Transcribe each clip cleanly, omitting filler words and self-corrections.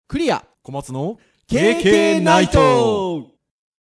クリア小松の KK ナイト。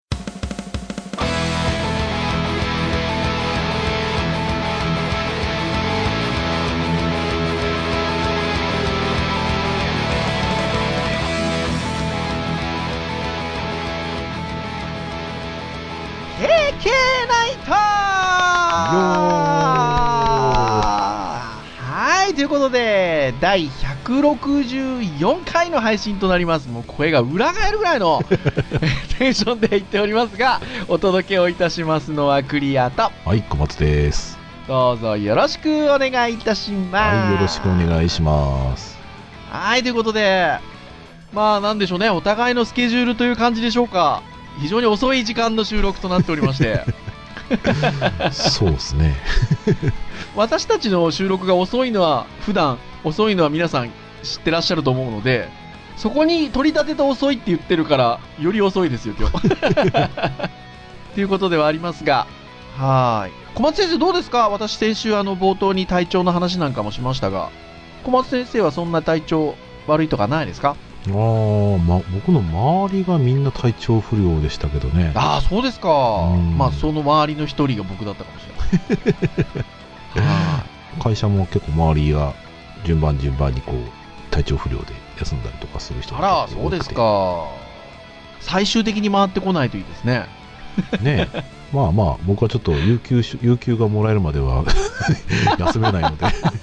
はい、ということで第164回の配信となります。もう声が裏返るぐらいのテンションで言っておりますが、お届けをいたしますのはクリアと、 はい、小松です。 どうぞよろしくお願いいたします。 はい、よろしくお願いします。 はい、ということで、まあなんでしょうね、お互いのスケジュールという感じでしょうか。非常に遅い時間の収録となっておりましてそうですね私たちの収録が遅いのは普段遅いのは皆さん知ってらっしゃると思うので、そこに取り立てて遅いって言ってるからより遅いですよ今日ということではありますが、はい、小松先生どうですか。私先週冒頭に体調の話なんかもしましたが、小松先生はそんな体調悪いとかないですか。 僕の周りがみんな体調不良でしたけどね。 ああ、そうですか。まあその周りの一人が僕だったかもしれない会社も結構周りが順番にこう体調不良で休んだりとかする人が多くて。あら、そうですか。最終的に回ってこないといいですね。 ねえ、まあ僕はちょっと有給がもらえるまでは休めないので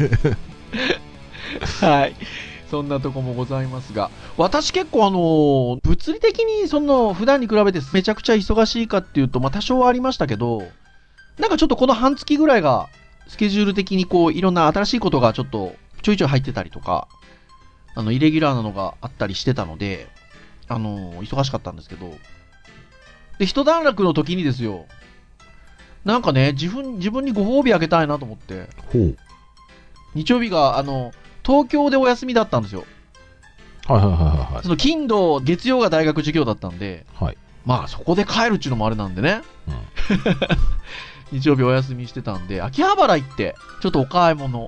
はい、そんなとこもございますが、私結構物理的に普段に比べてめちゃくちゃ忙しいかっていうと、まあ多少はありましたけど、なんかちょっとこの半月ぐらいがスケジュール的にこういろんな新しいことがちょっとちょいちょい入ってたりとか、イレギュラーなのがあったりしてたので、忙しかったんですけど、で一段落の時にですよ、なんかね、自分にご褒美あげたいなと思って、日曜日が東京でお休みだったんですよ。はい。その金土月曜が大学授業だったんで、はい、まあそこで帰るっちゅうのもあれなんでね、日曜日お休みしてたんで、秋葉原行ってちょっとお買い物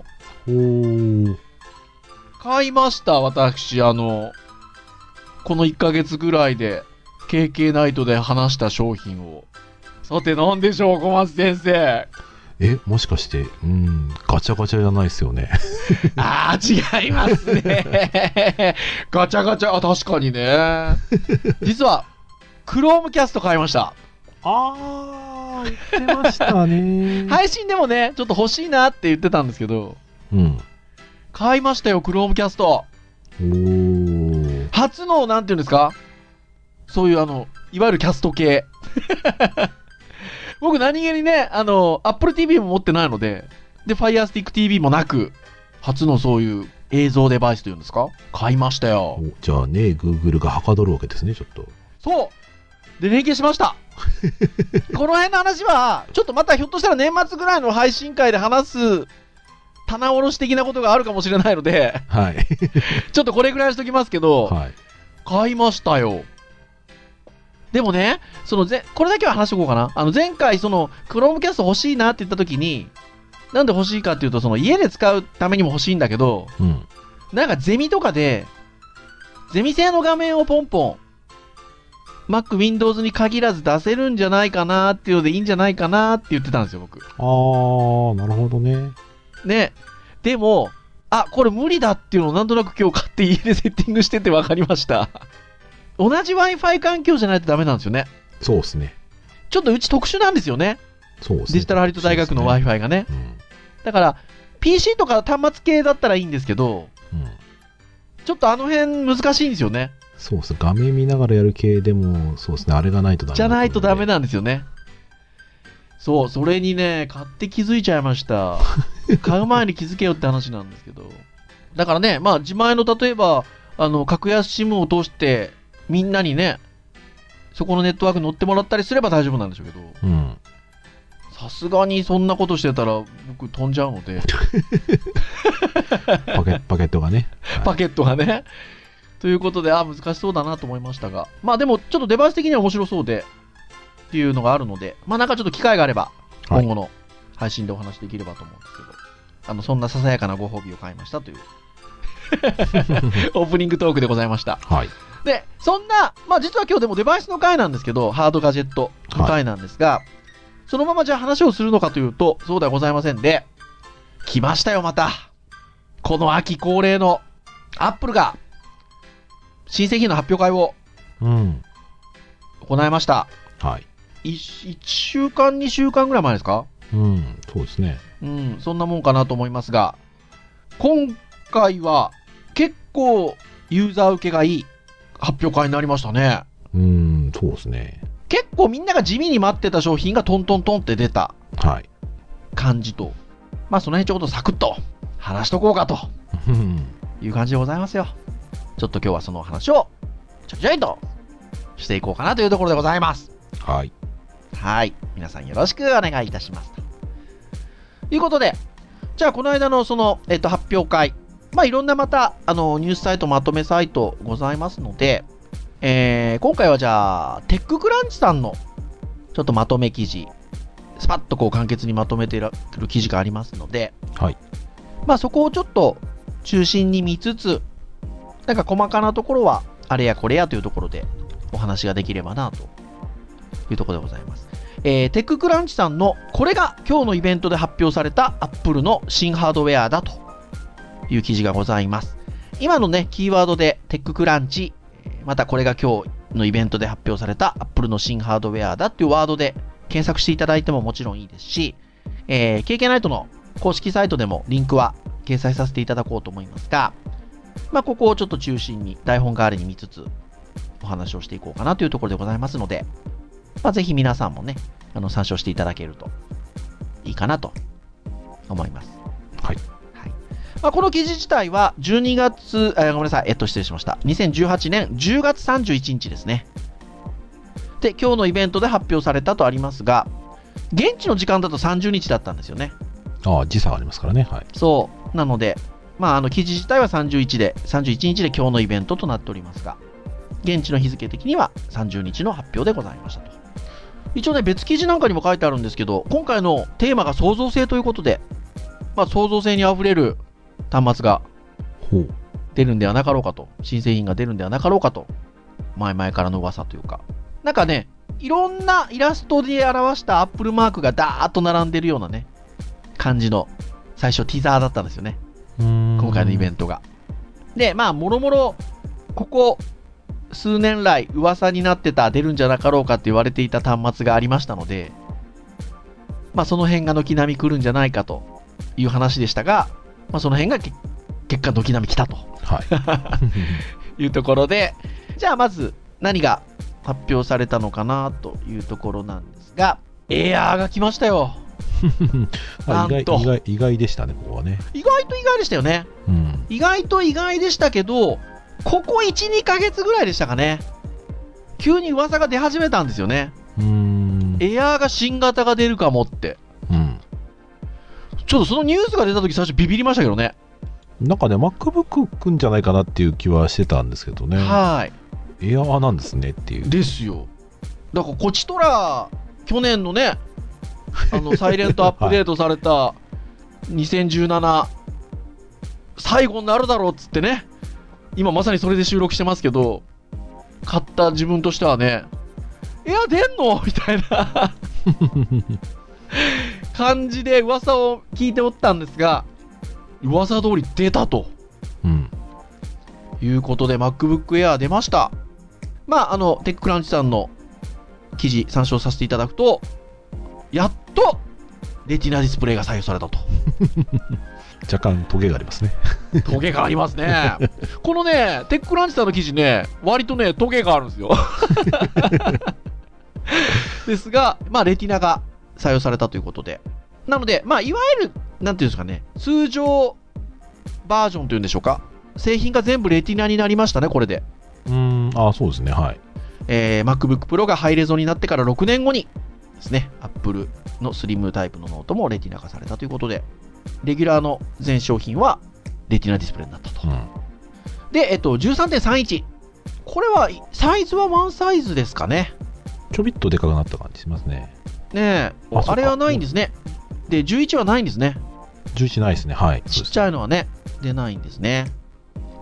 買いました。私この1ヶ月ぐらいで KK ナイトで話した商品を。さて何でしょう、小松先生。 もしかしてガチャガチャじゃないですよねああ、違いますねガチャガチャ、確かにね実はクロームキャスト買いました。 言ってましたね配信でもねちょっと欲しいなって言ってたんですけど、買いましたよ、クロームキャスト。初のなんていうんですか、そういういわゆるキャスト系僕何気にねApple TV も持ってないので、Fire Stick TV もなく、初のそういう映像デバイスというんですか、買いましたよ。 じゃあね、Google がはかどるわけですね、ちょっと。 そうで連携しましたこの辺の話はちょっとまたひょっとしたら年末ぐらいの配信会で話す棚卸し的なことがあるかもしれないので、はい、ちょっとこれぐらいしときますけど、買いましたよ。でもね、これだけは話しておこうかな。前回クロームキャスト欲しいなって言った時に、なんで欲しいかっていうと、家で使うためにも欲しいんだけど、なんかゼミとかでゼミ製の画面をポンポン Mac、Windows に限らず出せるんじゃないかなっていうのでいいんじゃないかなって言ってたんですよ、僕。 なるほどね。 ね、でもこれ無理だっていうのをなんとなく今日買って家でセッティングしてて分かりました同じ Wi-Fi 環境じゃないとダメなんですよね。 そうですね。 ちょっとうち特殊なんですよね。 そうですね。 デジタルハリウッド大学の Wi-Fi がね。だから PC とか端末系だったらいいんですけど、ちょっと辺難しいんですよね。 そうですね。画面見ながらやる系でも、そうですね。あれがないとダメ。 じゃないとダメなんですよね。そう、それにね、買って気づいちゃいました買う前に気づけよって話なんですけど。だからね、まあ自前の例えば格安 SIM を通してみんなにね、そこのネットワーク乗ってもらったりすれば大丈夫なんでしょうけど、さすがにそんなことしてたら僕飛んじゃうのでパケットがね、 パケットがねということで、難しそうだなと思いましたが、まあでもちょっとデバイス的には面白そうでっていうのがあるので、まあなんかちょっと機会があれば今後の配信でお話できればと思うんですけど、そんなささやかなご褒美を買いましたというオープニングトークでございました。 はい。 で、そんな、まあ実は今日でもデバイスの回なんですけど、ハードガジェットの回なんですが、そのままじゃあ話をするのかというと、そうではございませんで、来ましたよ、また。この秋恒例の、アップルが、新製品の発表会を、行いました。 はい。 1週間、2週間ぐらい前ですか？ そうですね。 そんなもんかなと思いますが、今回は結構ユーザー受けがいい発表会になりましたね。 そうですね。 結構みんなが地味に待ってた商品がトントントンって出た感じと、まあその辺ちょうどサクッと話しとこうかという感じでございますよ。ちょっと今日はその話をちょいちょいとしていこうかなというところでございます。 はい。 はい。皆さんよろしくお願いいたします。ということで、じゃあこの間のその、発表会、まあいろんなまたニュースサイトまとめサイトございますので、今回はじゃあテッククランチさんのちょっとまとめ記事、スパッとこう簡潔にまとめている記事がありますので、 はい。 まあそこをちょっと中心に見つつ、なんか細かなところはあれやこれやというところでお話ができればなというところでございます。テッククランチさんのこれが今日のイベントで発表された Apple の新ハードウェアだという記事がございます。今のね、キーワードでテッククランチ、またこれが今日のイベントで発表された Apple の新ハードウェアだっていうワードで検索していただいてももちろんいいですし、KK ナイトの公式サイトでもリンクは掲載させていただこうと思いますが、まあここをちょっと中心に台本代わりに見つつお話をしていこうかなというところでございますので、まあ、ぜひ皆さんもね、参照していただけるといいかなと思います。 はい。 はい。まあ、この記事自体は12月、ごめんなさい、失礼しました。2018年10月31日ですね。で、今日のイベントで発表されたとありますが、現地の時間だと30日だったんですよね。 時差がありますからね。はい。 そう。なので、まあ、記事自体は31日で今日のイベントとなっておりますが、現地の日付的には30日の発表でございましたと。一応ね、別記事なんかにも書いてあるんですけど、今回のテーマが創造性ということで、まあ、創造性にあふれる端末が出るんではなかろうかと、新製品が出るんではなかろうかと、前々からの噂というか、なんかね、いろんなイラストで表したアップルマークがダーッと並んでるようなね、感じの最初ティザーだったんですよね。今回のイベントが。で、まあ、もろもろ、ここ、数年来噂になってた出るんじゃなかろうかって言われていた端末がありましたので、まあその辺が軒並み来るんじゃないかという話でしたが、まあその辺が結果軒並み来たと、はい、いうところで、じゃあまず何が発表されたのかなというところなんですが、エアーが来ましたよ。 なんと意外でしたね、ここはね。 意外と意外でしたよね。意外と意外でしたけど、ここ 1,2 ヶ月ぐらいでしたかね。急に噂が出始めたんですよね。エアーが新型が出るかもって。ちょっとそのニュースが出た時最初ビビりましたけどね。 なんかね、MacBook 来んじゃないかなっていう気はしてたんですけどね。 はい。 エアーなんですねっていう。 ですよ。だからこちとら、去年のね、サイレントアップデートされた2017、最後になるだろうっつってね。今まさにそれで収録してますけど、買った自分としてはね、いや出んのみたいな感じで噂を聞いておったんですが、噂通り出たと、いうことで MacBook Air 出ました。まあテッククランチさんの記事参照させていただくと、やっとレティナディスプレイが採用されたと。 若干トゲがありますね。 トゲがありますね。このね、テッククランチさんの記事ね、割とね、トゲがあるんですよ。ですが、まあ、レティナが採用されたということで。なので、まあ、いわゆる、なんていうんですかね、通常バージョンというんでしょうか。製品が全部レティナになりましたね、これで。 そうですね、はい。 MacBook Pro がハイレゾになってから6年後にですね、Apple のスリムタイプのノートもレティナ化されたということで、レギュラーの全商品はレティナディスプレイになったと。で、13.3 インチ。これは、サイズはワンサイズですかね。 ちょびっとでかくなった感じしますね。 ねえ、あれはないんですね。で、11はないんですね。 11ないですね、はい。 ちっちゃいのはね、出ないんですね。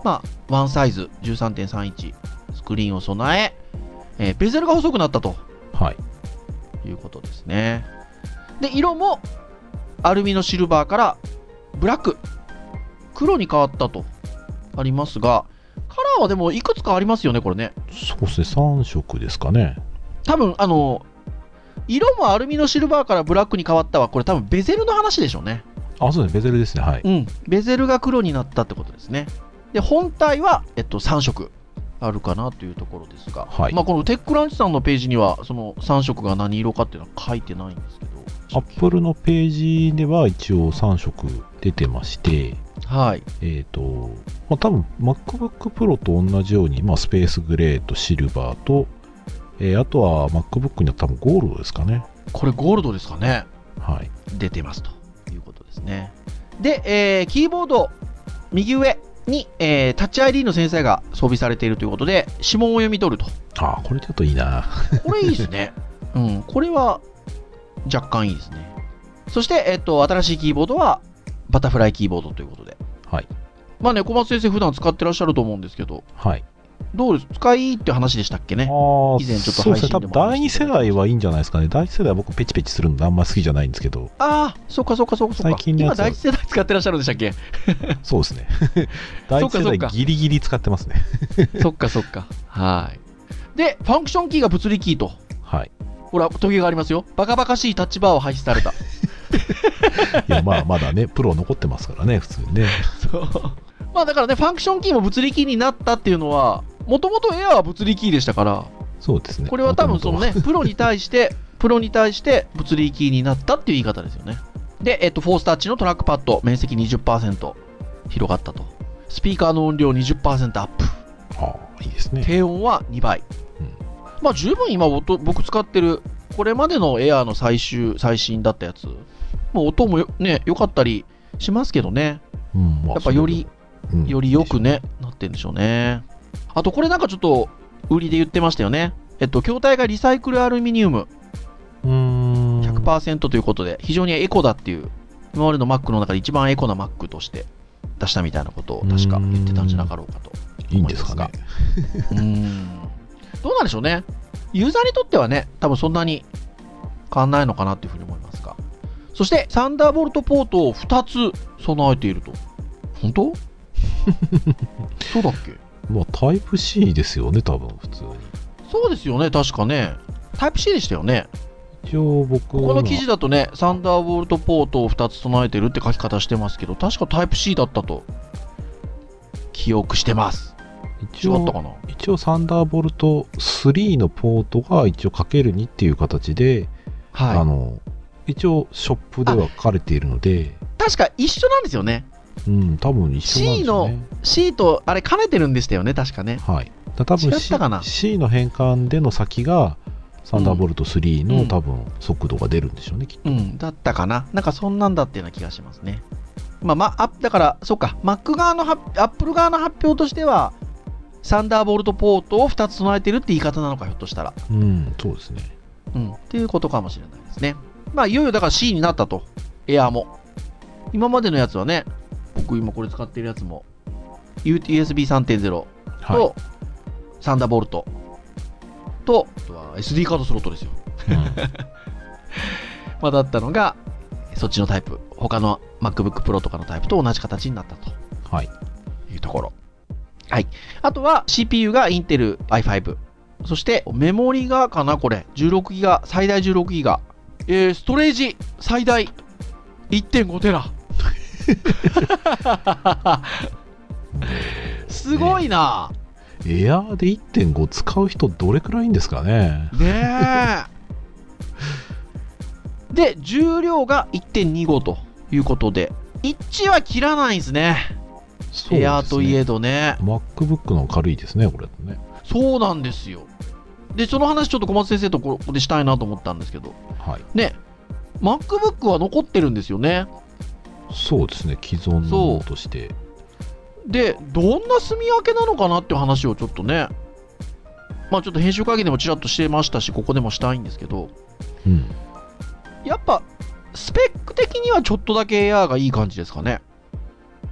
ワンサイズ 13.3 インチスクリーンを備え、ベゼルが細くなったと、 はい、 いうことですね。で、色もアルミのシルバーからブラック、黒に変わったとありますが、カラーはでもいくつかありますよね、これね。 そうですね、3色ですかね。 多分色もアルミのシルバーからブラックに変わったは、これ多分ベゼルの話でしょうね。 あ、そうですね、ベゼルですね。はい。 うん、ベゼルが黒になったってことですね。で、本体は、3色あるかなというところですが、 はい、 このテックランチさんのページには、その3色が何色かっていうのは書いてないんですけど、 アップルのページでは一応3色出てまして、 はい。 多分 MacBook Pro と同じように、スペースグレーとシルバーと、あとは MacBook には多分ゴールドですかね。 これゴールドですかね。 はい。 出てますということですね。で、キーボード右上に、タッチ ID のセンサーが装備されているということで、指紋を読み取ると。 ああ、これちょっといいな。 これいいですね。うん、これは若干いいですね。そして、新しいキーボードはバタフライキーボードということで。 はい。 小松先生普段使ってらっしゃると思うんですけど、 はい。 どうです使いいいって話でしたっけね。以前ちょっと配信でも話してそうですね、多分第2世代はいいんじゃないですかね。第1世代は僕ペチペチするのであんま好きじゃないんですけど。 ああ、そっか。 最近のやつは今第1世代使ってらっしゃるんでしたっけ。 そうですね。第1世代ギリギリ使ってますね。 そっか。はい。で、ファンクションキーが物理キーと。 はい。 ほら、トゲがありますよ。バカバカしいタッチバーを廃止された。 いや、まだね、プロ残ってますからね、普通にね。 そう。だからね、ファンクションキーも物理キーになったっていうのは、もともとエアは物理キーでしたから、 そうですね。 これは多分そのね、プロに対して物理キーになったっていう言い方ですよね。で、フォースタッチのトラックパッド、面積 20% 広がったと。スピーカーの音量 20% アップ。 ああ、いいですね。 低音は2倍。十分今僕使ってる、これまでのエアの最新だったやつ、音もね、良かったりしますけどね。やっぱより良くね、なってるんでしょうね。あとこれなんかちょっと売りで言ってましたよね。筐体がリサイクルアルミニウム 100% ということで非常にエコだっていう、今までの Mac の中で一番エコな Mac として出したみたいなことを確か言ってたんじゃなかろうかと思いますが。どうなんでしょうね。ユーザーにとってはね、多分そんなに変わんないのかなっていうふうに思いますが。そしてサンダーボルトポートを2つ備えていると。本当？そうだっけ？ タイプ C ですよね、多分普通に。 そうですよね、確かね。タイプ C でしたよね。 一応僕この記事だとね、サンダーボルトポートを2つ備えてるって書き方してますけど、確かタイプ C だったと記憶してます。違ったかな。 一応サンダーボルト3のポートが一応 ×2 っていう形で、はい、一応ショップでは書かれているので、 確か一緒なんですよね。 多分一緒なんですよね。 C とあれ兼ねてるんでしたよね、確かね。 はい。多分 C の変換での先がサンダーボルト3の多分速度が出るんでしょうね、きっと。 だったかな。なんかそんなんだっていうような気がしますね。だから、そうか、Mac 側のアップル側の発表としては、サンダーボルトポートを2つ備えてるって言い方なのか、ひょっとしたら。 そうですね。 っていうことかもしれないですね。いよいよだから C になったと。エアーも。今までのやつはね、僕今これ使ってるやつも、USB 3.0 と、サンダーボルトと、あとは SD カードスロットですよ。だったのが、そっちのタイプ。他の MacBook Pro とかのタイプと同じ形になったと。いうところ。はい。あとは CPU が Intel i5。そしてメモリがかなこれ。16GB、最大 16GB。ストレージ最大 1.5 テラ。すごいな。 エアーで 1.5 使う人どれくらいいんですかね。 で、重量が 1.25 ということで、1は切らないんですね。エアーといえどね。 MacBook の軽いですね、これね。 そうなんですよ。で、その話ちょっと小松先生とここでしたいなと思ったんですけど、ね、MacBook は残ってるんですよね。 そうですね、既存のものとして。 で、どんな住み分けなのかなっていう話をちょっとね、ちょっと編集会議でもちらっとしてましたし、ここでもしたいんですけど、やっぱスペック的にはちょっとだけエアーがいい感じですかね。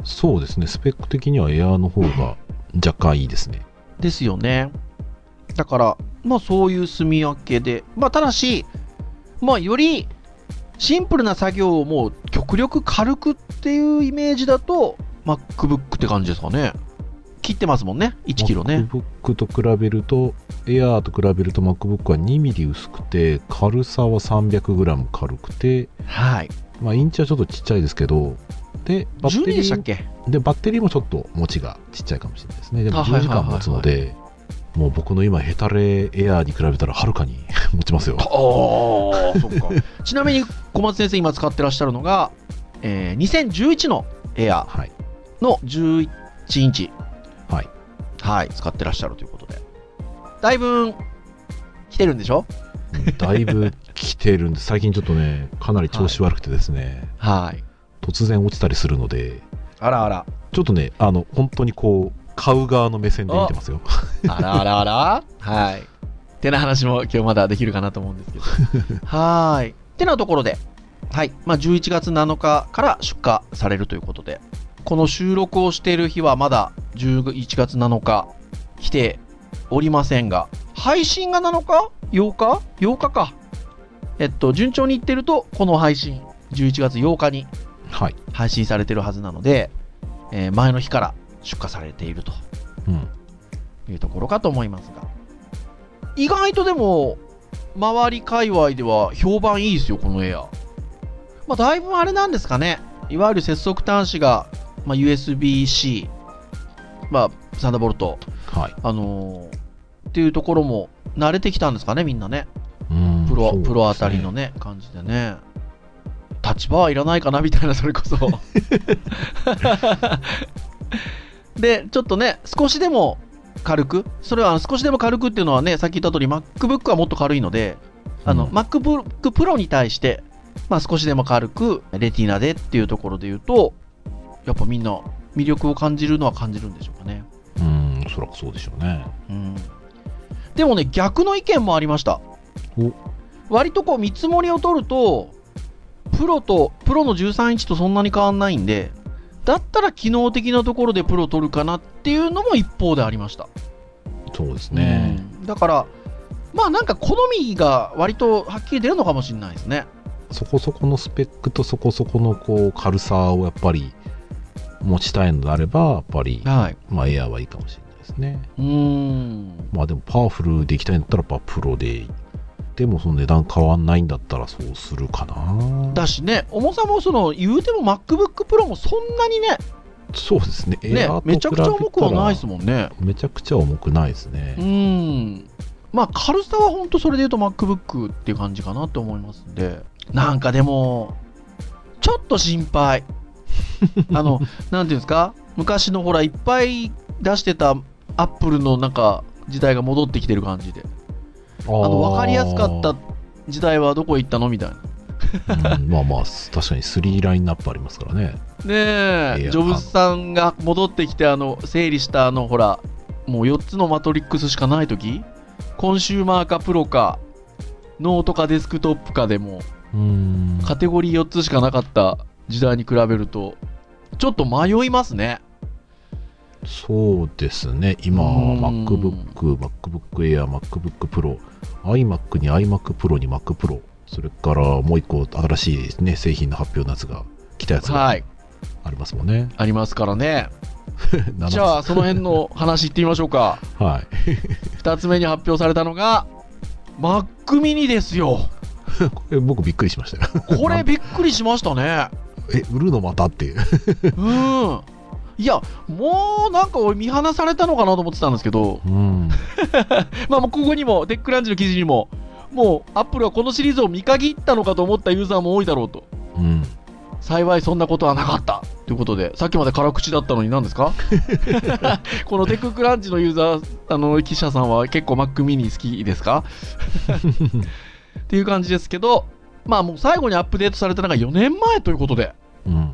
そうですね、スペック的にはエアーの方が若干いいですね。 ですよね。だからまあそういう住み分けで、まあただしまあよりシンプルな作業をもう極力軽くっていうイメージだと MacBook って感じですかね。切ってますもんね、1キロね。 MacBook と比べると、エアーと比べると MacBook は2ミリ薄くて、軽さは 300g 軽くて、 はい。 まあインチはちょっとちっちゃいですけど、でバッテ 12でしたっリーけ。 でバッテリーもちょっと持ちがちっちゃいかもしれないですね。でもあ 10時間持つので、もう僕の今ヘタレエアーに比べたらはるかに持ちますよ。 ああそっか。ちなみに小松先生今使ってらっしゃるのが、2011のエアはいの11インチ、 はいはい、使ってらっしゃるということで、だいぶ来てるんでしょ。 だいぶ来てるんで、最近ちょっとねかなり調子悪くてですね、 はい。 突然落ちたりするので、 あらあら。 ちょっとね本当にこう買う側の目線で見てますよ。 あらあらあら。はい。ってな話も今日まだできるかなと思うんですけど。はい。ってなところで、はい。まあ、11月7日から出荷されるということで、この収録をしている日はまだ11月7日来ておりませんが、配信が7日 ?8 日 ?8 日か。順調にいってると、この配信、11月8日に配信されてるはずなので、前の日から出荷されているというところかと思いますが、意外とでも周り界隈では評判いいですよこのエア。まあだいぶあれなんですかね、いわゆる接続端子が、まあ、USB-C、まあサンダーボルト、 はい、 っていうところも慣れてきたんですかねみんなね。プロあたりのね感じでね。立場はいらないかなみたいな、それこそでちょっとね少しでも軽く、それは少しでも軽くっていうのはね、さっき言った通り MacBook はもっと軽いので、MacBook Pro に対して、まあ、少しでも軽くレティナでっていうところで言うと、やっぱみんな魅力を感じるのは感じるんでしょうかね。 おそらくそうでしょうね。 でもね、逆の意見もありました。割とこう見積もりを取るとプロの13インチとそんなに変わんないんで、だったら機能的なところでプロ取るかなっていうのも一方でありました。 そうですね。 だからまあなんか好みが割とはっきり出るのかもしれないですね。 そこそこのスペックとそこそこのこう軽さをやっぱり持ちたいのであれば、やっぱり、まあエアーはいいかもしれないですね。まあでもパワフルでいきたいんだったらやっぱプロで、でもその値段変わんないんだったらそうするかな。 だしね、重さも言うても MacBook Pro もそんなにね、 そうですね、 エアーとめちゃくちゃ重くはないですもんね。 めちゃくちゃ重くないですね。 まあ軽さは本当それでいうと MacBook っていう感じかなと思いますんで、なんかでもちょっと心配なんていうんですか、昔のほらいっぱい出してた Apple のなんか時代が戻ってきてる感じで、分かりやすかった時代はどこへ行ったのみたいなまあまあ確かに3ラインナップありますからね。 ねえ、ジョブズさんが戻ってきて整理したほらもう4つのマトリックスしかない時、コンシューマーかプロかノートかデスクトップかでもカテゴリー4つしかなかった時代に比べるとちょっと迷いますね。 そうですね。今 MacBook、MacBook Air、MacBook Pro、iMac に iMac Pro に Mac Pro、それからもう一個新しい、ね、製品の発表のやつが来たやつがありますもんね。 ありますからねじゃあその辺の話いってみましょうか。2つ目に発表されたのが Mac mini ですよ僕びっくりしましたよこれびっくりしましたね売るのまたっていういやもうなんか俺見放されたのかなと思ってたんですけど、まあもうここにもテックランチの記事にも、もうアップルはこのシリーズを見限ったのかと思ったユーザーも多いだろうと、幸いそんなことはなかったということで、さっきまで辛口だったのに何ですかこのテッククランチのユーザー記者さんは結構 Mac mini 好きですかっていう感じですけど、まあもう最後にアップデートされたのが4年前ということで、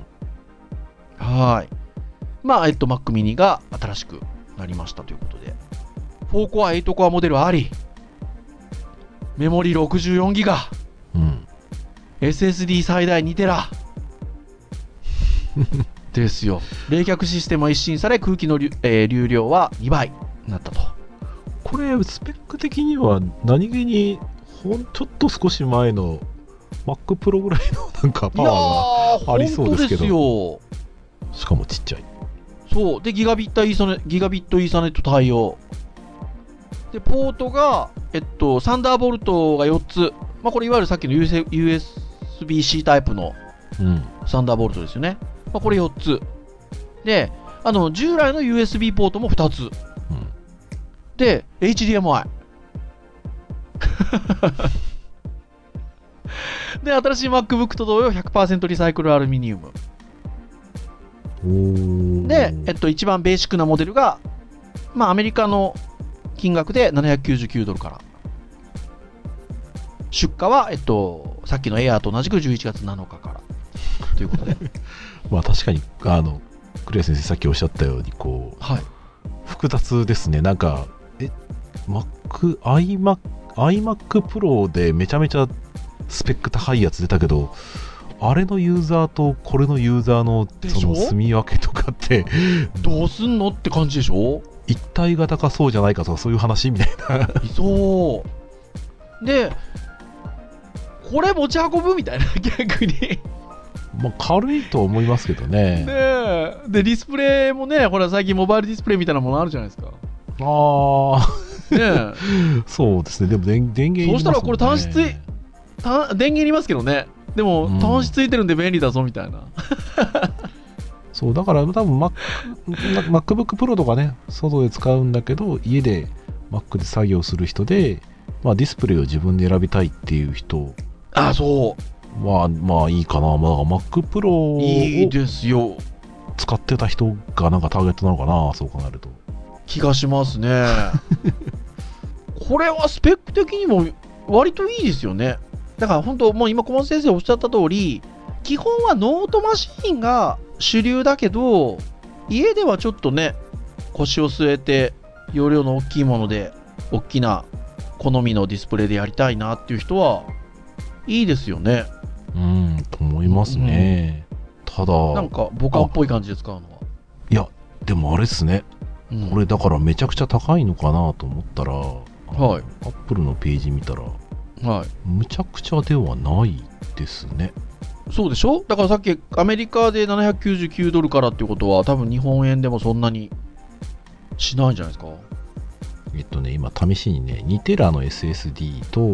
まあMac mini が新しくなりましたということで、4コア8コアモデルあり、メモリ64ギガ、SSD 最大2テラっですよ。冷却システムは一新され、空気の流量は2倍になったと。 これスペック的には何気にちょっと少し前の Mac Pro ぐらいのなんかパワーがありそうですけど、 いやー本当ですよ。 しかもちっちゃい。 そうでギガビットイーサネット対応で、ポートがサンダーボルトが4つ、まあ、これいわゆるさっきの USB-C タイプのサンダーボルトですよね。まあ、これ4つで、従来の USB ポートも2つ、で HDMI で、新しい MacBook と同様 100% リサイクルアルミニウムで、一番ベーシックなモデルが、まあ、アメリカの金額で$799から、出荷は、さっきのエアーと同じく11月7日からということでまあ確かにクレア先生さっきおっしゃったようにこう、はい、複雑ですね。なんかiMac Pro でめちゃめちゃスペック高いやつ出たけど、あれのユーザーとこれのユーザーのその住み分けとかってどうすんのって感じでしょ。 一体型かそうじゃないかとかそういう話みたいなそうで、これ持ち運ぶみたいな逆にまあ軽いと思いますけどね。 でディスプレイもね、ほら最近モバイルディスプレイみたいなものあるじゃないですか。ねそうですね。でも電源いりますもんね。 そうしたらこれ電源いりますけどね。でも端子ついてるんで便利だぞみたいなそうだから多分MacBook Pro とかね、外で使うんだけど家で Mac で作業する人で、まあ、ディスプレイを自分で選びたいっていう人、 そうまあいいかな。まあ、Mac Pro をいいですよ。 使ってた人がなんかターゲットなのかな、そう考えると気がしますねこれはスペック的にも割といいですよね。だから本当もう今小松先生おっしゃった通り、基本はノートマシーンが主流だけど、家ではちょっとね腰を据えて容量の大きいもので大きな好みのディスプレイでやりたいなっていう人はいいですよね。 と思いますね、ただなんかボカンっぽい感じで使うのは、 いやでもあれっすね、これだからめちゃくちゃ高いのかなと思ったら、アップルのページ見たら、むちゃくちゃではないですね。 そうでしょ。だからさっきアメリカで$799からっていうことは多分日本円でもそんなにしないんじゃないですか。 今試しにね2テラの SSD と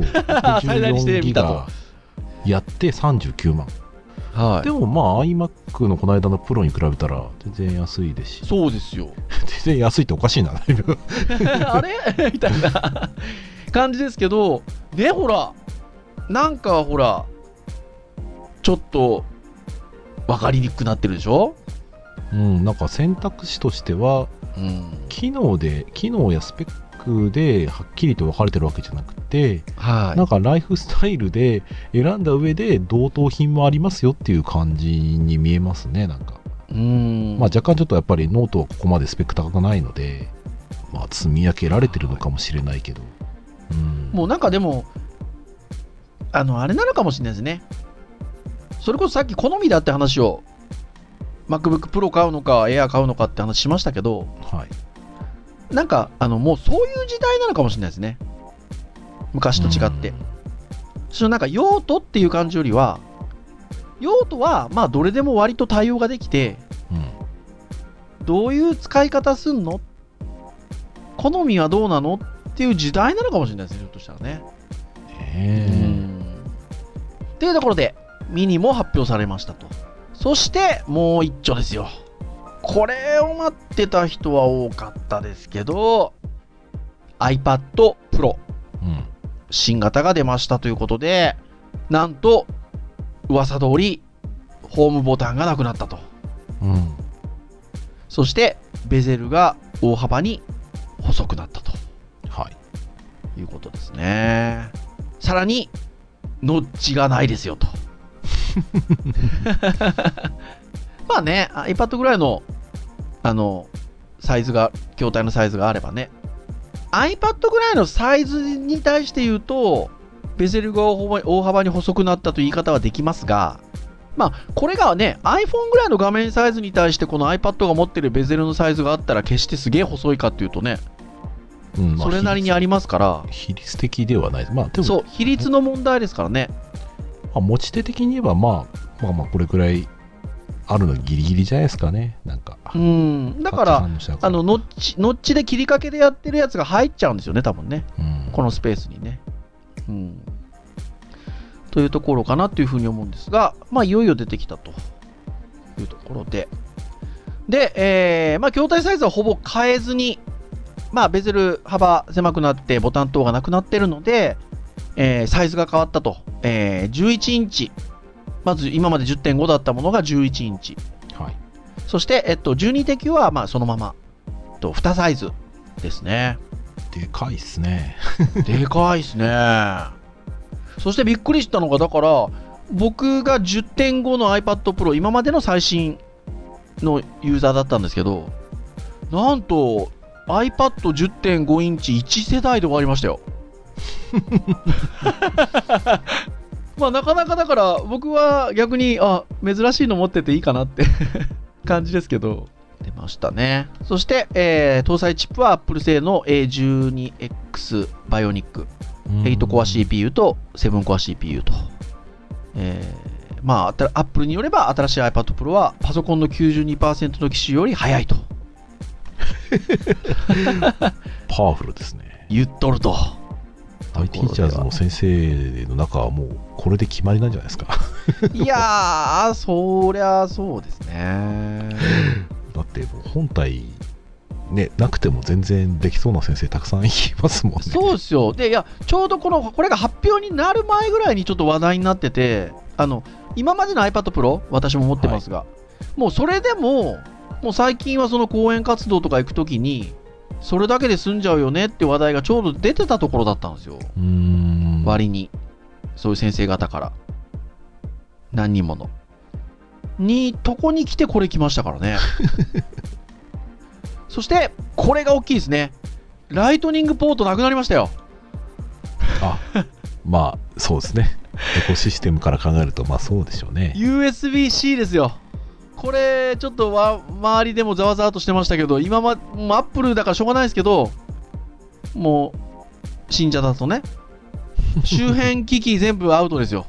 64ギガやって39万でもまあ iMac のこの間のプロに比べたら全然安いですし。 そうですよ全然安いっておかしいなあれみたいな感じですけどね。ほらなんかほらちょっと分かりにくくなってるでしょ。 なんか選択肢としては、機能やスペックではっきりと分かれてるわけじゃなくて、なんかライフスタイルで選んだ上で同等品もありますよっていう感じに見えますね。なんかまあ若干ちょっとやっぱりノートはここまでスペック高くないので、まあ積み分けられてるのかもしれないけど、 もうなんかでもあれなのかもしれないですね。それこそさっき好みだって話を MacBook Pro 買うのか Air 買うのかって話しましたけど、なんかもうそういう時代なのかもしれないですね、昔と違って。そのなんか用途っていう感じよりは、用途はまあどれでも割と対応ができて、どういう使い方すんの、好みはどうなのっていう時代なのかもしれないですね、ひょっとしたらね。っていうところでミニも発表されましたと。そしてもう一丁ですよ。これを待ってた人は多かったですけど iPad Pro、新型が出ましたということで、なんと噂通りホームボタンがなくなったと、そしてベゼルが大幅に細くなったと、いうことですね。さらにノッチがないですよとまあね iPad ぐらいのサイズが、筐体のサイズがあればね、 iPad ぐらいのサイズに対して言うとベゼルが大幅に細くなったという言い方はできますが、 まあ、これがね、iPhone ぐらいの画面サイズに対して、この iPad が持ってるベゼルのサイズがあったら、決してすげえ細いかっていうとね、それなりにありますから。 比率的ではない。まあ、でもそう、比率の問題ですからね。 持ち手的に言えば、まあ、これくらいあるのギリギリじゃないですかね、なんか。 だから、ノッチで切りかけでやってるやつが入っちゃうんですよね、多分ね。このスペースにね。というところかなというふうに思うんですが、まあ、いよいよ出てきたというところで。で、まあ、筐体サイズはほぼ変えずに、まあ、ベゼル幅狭くなってボタン等がなくなってるので、サイズが変わったと。11インチ。まず今まで 10.5 だったものが11インチ。 はい。 そして、12.9 はまあそのまま。2サイズですね。 でかいっすね。 でかいっすね。そしてびっくりしたのが、だから、僕が 10.5 の iPad Pro、今までの最新のユーザーだったんですけど、なんと、iPad10.5 インチ1世代で終わりましたよ。まあなかなかだから僕は逆に珍しいの持ってていいかなって感じですけど、出ましたね。そして、搭載チップは Apple 製の A12X バイオニック8コア CPU と7コア CPU と、まあ Apple によれば新しい iPad Pro はパソコンの 92% の機種より速いとパワフルですね。 言っとると。 ティーチャーズの先生の中はもうこれで決まりなんじゃないですか。 いやー、そりゃそうですね。 だってもう本体ね、なくても全然できそうな先生たくさんいますもんね。 そうですよ。で、いや、ちょうどこれが発表になる前ぐらいにちょっと話題になってて、今までの iPad Pro 私も持ってますが、はい、もうそれでもう最近はその講演活動とか行くときにそれだけで済んじゃうよねって話題がちょうど出てたところだったんですよ。割にそういう先生方から何人ものとこに来てこれ来ましたからね。そしてこれが大きいですね。ライトニングポートなくなりましたよ。 まあそうですね。エコシステムから考えるとまあそうでしょうね。 USB-C ですよ。これちょっと周りでもざわざわとしてましたけど、今もアップルだからしょうがないですけど、もう信者だとね、周辺機器全部アウトですよ。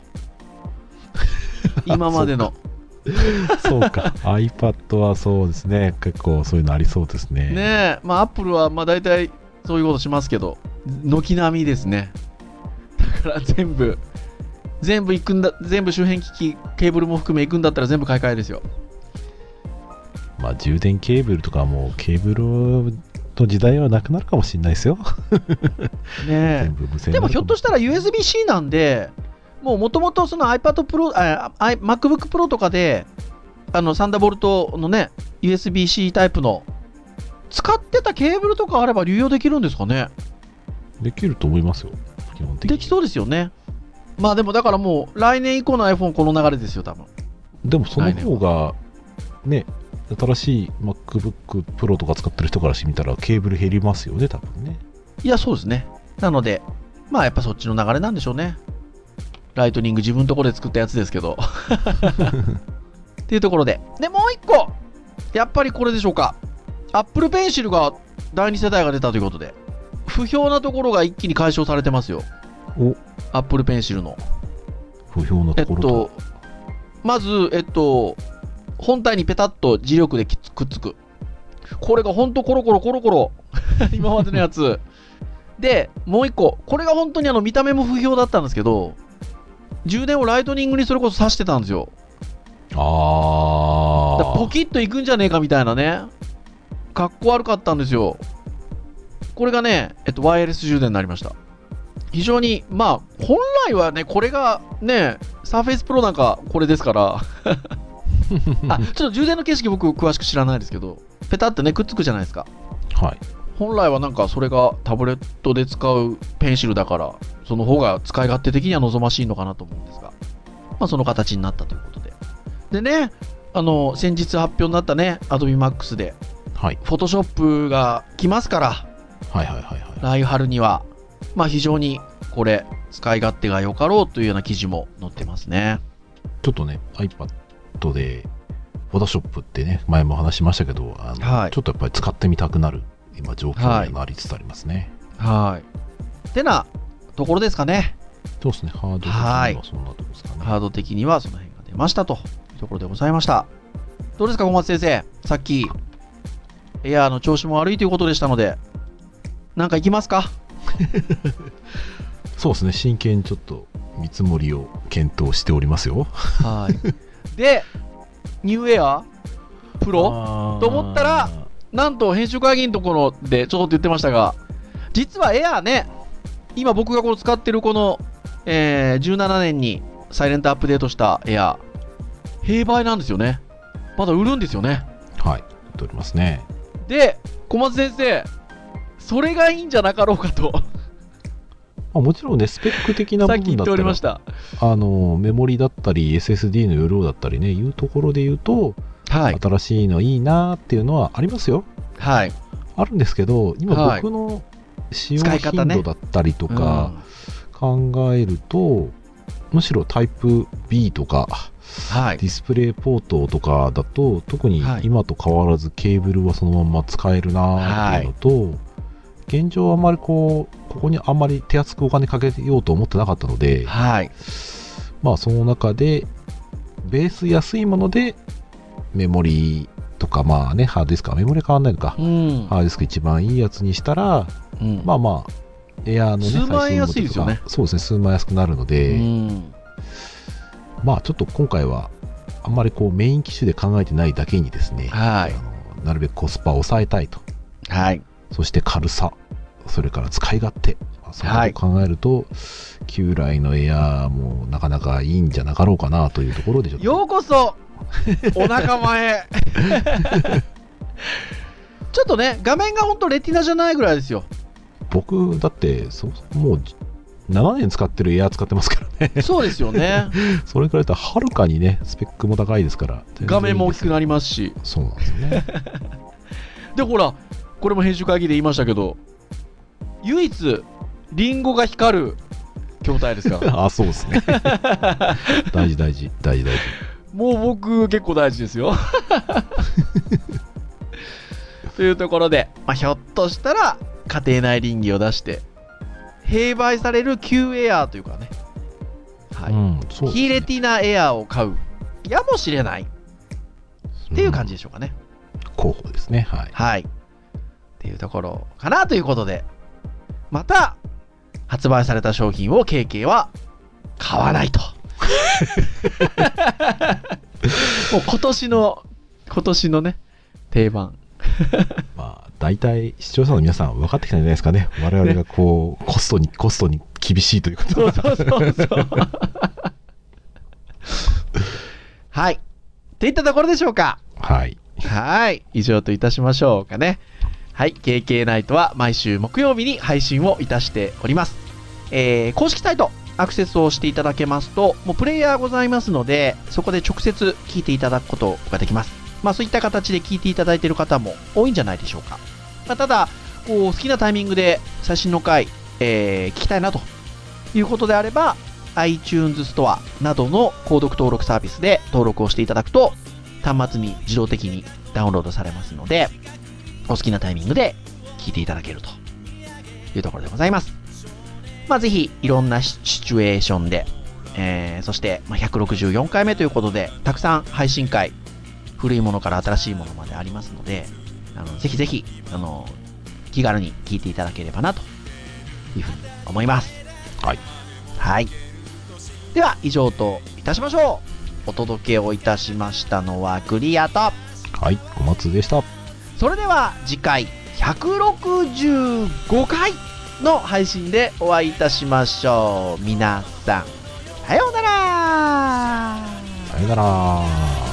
今までの。 そうか。iPad はそうですね。結構そういうのありそうですね。 ねえ、まあアップルはまあ大体そういうことしますけど、軒並みですね。だから全部行くんだ、全部周辺機器ケーブルも含め行くんだったら全部買い替えですよ。 まあ充電ケーブルとかもケーブルの時代はなくなるかもしれないですよ。 ねえ。でもひょっとしたら USB-C なんで、もともとその iPad Pro、MacBook Pro とかでサンダーボルトのね USB-C タイプの使ってたケーブルとかあれば流用できるんですかね。 できると思いますよ。基本的にできそうですよね。まあでもだからもう来年以降の iPhone この流れですよ多分。 でもその方がね、新しい MacBook Pro とか使ってる人からしてみたらケーブル減りますよね多分ね。いやそうですね。なのでまあやっぱそっちの流れなんでしょうね。ライトニング自分のところで作ったやつですけどっていうところでもう一個やっぱりこれでしょうか。 Apple Pencil が第2世代が出たということで不評なところが一気に解消されてますよ。Apple Pencil の不評なところと、 まず本体にペタッと磁力でくっつく。これがほんとコロコロ今までのやつで、もう一個これが本当に見た目も不評だったんですけど、充電をライトニングにそれこそ挿してたんですよ。ポキッといくんじゃねえかみたいなね、かっこ悪かったんですよ。これがね、ワイヤレス充電になりました。非常にまあ本来はねこれがねサーフェイスプロなんかこれですからちょっと充電の形式僕詳しく知らないですけど、ペタッとねくっつくじゃないですか。 はい。 本来はなんかそれがタブレットで使うペンシルだからその方が使い勝手的には望ましいのかなと思うんですが、まあその形になったということで。でね、先日発表になったね Adobe Max で、はい、Photoshop が来ますから、来春にはまあ非常にこれ使い勝手が良かろうというような記事も載ってますね。 ちょっとね iPad でフォトショップってね前も話しましたけどはい、 ちょっとやっぱり使ってみたくなる今状況になりつつありますね。 はい。てなところですかね。 そうですね。ハード的にはそんなところですかね。 ハード的にはその辺が出ましたというところでございました。どうですか小松先生、さっきエアーの調子も悪いということでしたので、なんかいきますか？ そうですね。真剣にちょっと見積もりを検討しておりますよ。 はい。で、ニューエアプロと思ったら、なんと編集会議のところでちょっと言ってましたが、実はエアーね、今僕がこの使ってるこの、17年にサイレントアップデートしたエアー、併売なんですよね。まだ売るんですよね。 はい、売っておりますね。 で、小松先生、それがいいんじゃなかろうかと。 もちろんね、スペック的な部分だったら、さっき言っておりました。メモリだったり、SSD の容量だったりね、いうところで言うと、はい、新しいのいいなっていうのはありますよ。はい。あるんですけど、今僕の使用頻度だったりとか考えると、むしろタイプ B とか、はい、ディスプレイポートとかだと特に今と変わらずケーブルはそのまま使えるなっていうのと、はい、現状あんまりここにあんまり手厚くお金かけようと思ってなかったので、はい、まあその中でベース安いものでメモリとかまあねハードディスクはメモリ変わんないのか、うん、ハードディスク一番いいやつにしたら、うん、まあまあエアーのね数万円安いですよね。 そうですね、数万円安くなるので、うん、まあちょっと今回はあんまりこうメイン機種で考えてないだけにですね、はい、なるべくコスパを抑えたいと、はい、そして軽さ、それから使い勝手、それを考えると、はい、旧来のエアーもなかなかいいんじゃなかろうかなというところでちょっとようこそお仲間へちょっとね画面が本当レティナじゃないぐらいですよ。 僕だってもう7年使ってるエアー使ってますからね。 そうですよね。 それから言ったらはるかにねスペックも高いですから、 画面も大きくなりますし。 そうなんですよね。 でほらこれも編集会議で言いましたけど、唯一リンゴが光る筐体ですからあ、 そうですね。大事大事大事大事。 もう僕結構大事ですよ。というところで、ひょっとしたら家庭内臨機を出して併売される旧エアーというかね、はい、うん、そうですね、非レティナエアーを買うやもしれないっていう感じでしょうかね。 候補ですね。はい、 はい、っていうところかなということで、また発売された商品を KK は買わないと。もう今年のね定番。 まあ大体視聴者の皆さん分かってきたんじゃないですかね。我々がこうコストに厳しいということそうはいっていったところでしょうか。 はい以上といたしましょうかね。はい、KK ナイトは毎週木曜日に配信をいたしております。公式サイトアクセスをしていただけますと、もうプレイヤーございますので、そこで直接聞いていただくことができます。まあそういった形で聞いていただいている方も多いんじゃないでしょうか。まあ、ただこう好きなタイミングで最新の回、聞きたいなということであれば iTunes ストアなどの購読登録サービスで登録をしていただくと端末に自動的にダウンロードされますので、お好きなタイミングで聞いていただけるというところでございます。まあぜひいろんなシチュエーションで、そして164回目ということでたくさん配信会、古いものから新しいものまでありますので、ぜひぜひ気軽に聞いていただければなというふうに思います。はい、では以上といたしましょう。お届けをいたしましたのはグリアと、 はい、小松でした。 それでは次回165回の配信でお会いいたしましょう。皆さんさようなら。 さようなら。